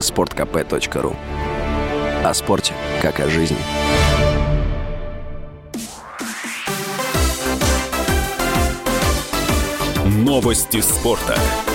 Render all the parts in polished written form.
sportkp.ru. О спорте, как о жизни. Новости спорта.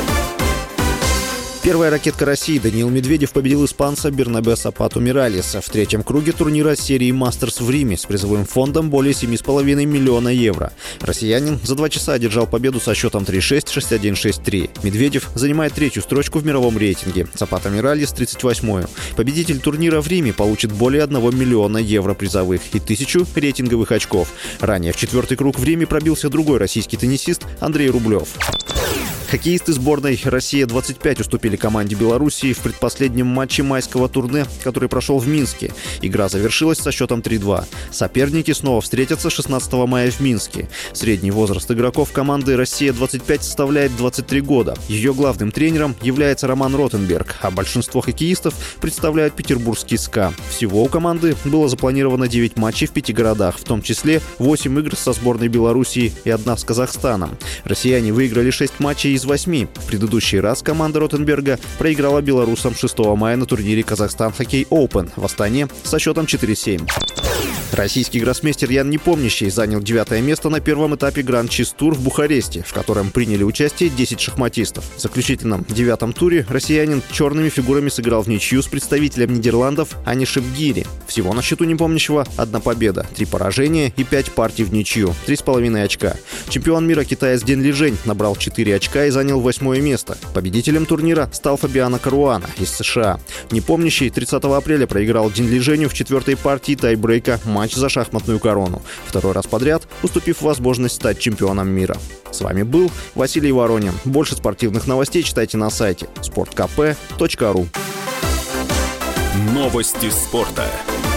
Первая ракетка России Даниил Медведев победил испанца Бернабе Сапату Миралеса в третьем круге турнира серии «Мастерс» в Риме с призовым фондом более 7,5 миллиона евро. Россиянин за 2 часа одержал победу со счетом 3-6, 6-1, 6-3. Медведев занимает третью строчку в мировом рейтинге. Сапата Миралес — 38-ю. Победитель турнира в Риме получит более 1 миллиона евро призовых и 1000 рейтинговых очков. Ранее в четвертый круг в Риме пробился другой российский теннисист Андрей Рублев. Хоккеисты сборной «Россия-25» уступили команде Белоруссии в предпоследнем матче майского турне, который прошел в Минске. Игра завершилась со счетом 3-2. Соперники снова встретятся 16 мая в Минске. Средний возраст игроков команды «Россия-25» составляет 23 года. Ее главным тренером является Роман Ротенберг, а большинство хоккеистов представляют петербургский СКА. Всего у команды было запланировано 9 матчей в 5 городах, в том числе 8 игр со сборной Белоруссии и 1 с Казахстаном. Россияне выиграли 6 матчей из 8. В предыдущий раз команда Ротенберга проиграла белорусам 6 мая на турнире «Казахстан Хоккей Оупен» в Астане со счетом 4-7. Российский гроссмейстер Ян Непомнящий занял 9-е место на первом этапе Гранд Чиз Тур в Бухаресте, в котором приняли участие 10 шахматистов. В заключительном 9-м туре россиянин черными фигурами сыграл в ничью с представителем Нидерландов Анишем Гири. Всего на счету Непомнящего 1 победа, 3 поражения и 5 партий в ничью, 3,5 очка. Чемпион мира китаец Дин Лижень набрал 4 очка и занял 8-е место. Победителем турнира стал Фабиано Каруана из США. Непомнящий 30 апреля проиграл Дин Лиженью в 4-й партии тайбрейка матч за шахматную корону, 2-й раз подряд уступив возможность стать чемпионом мира. С вами был Василий Воронин. Больше спортивных новостей читайте на сайте sportkp.ru. Новости спорта.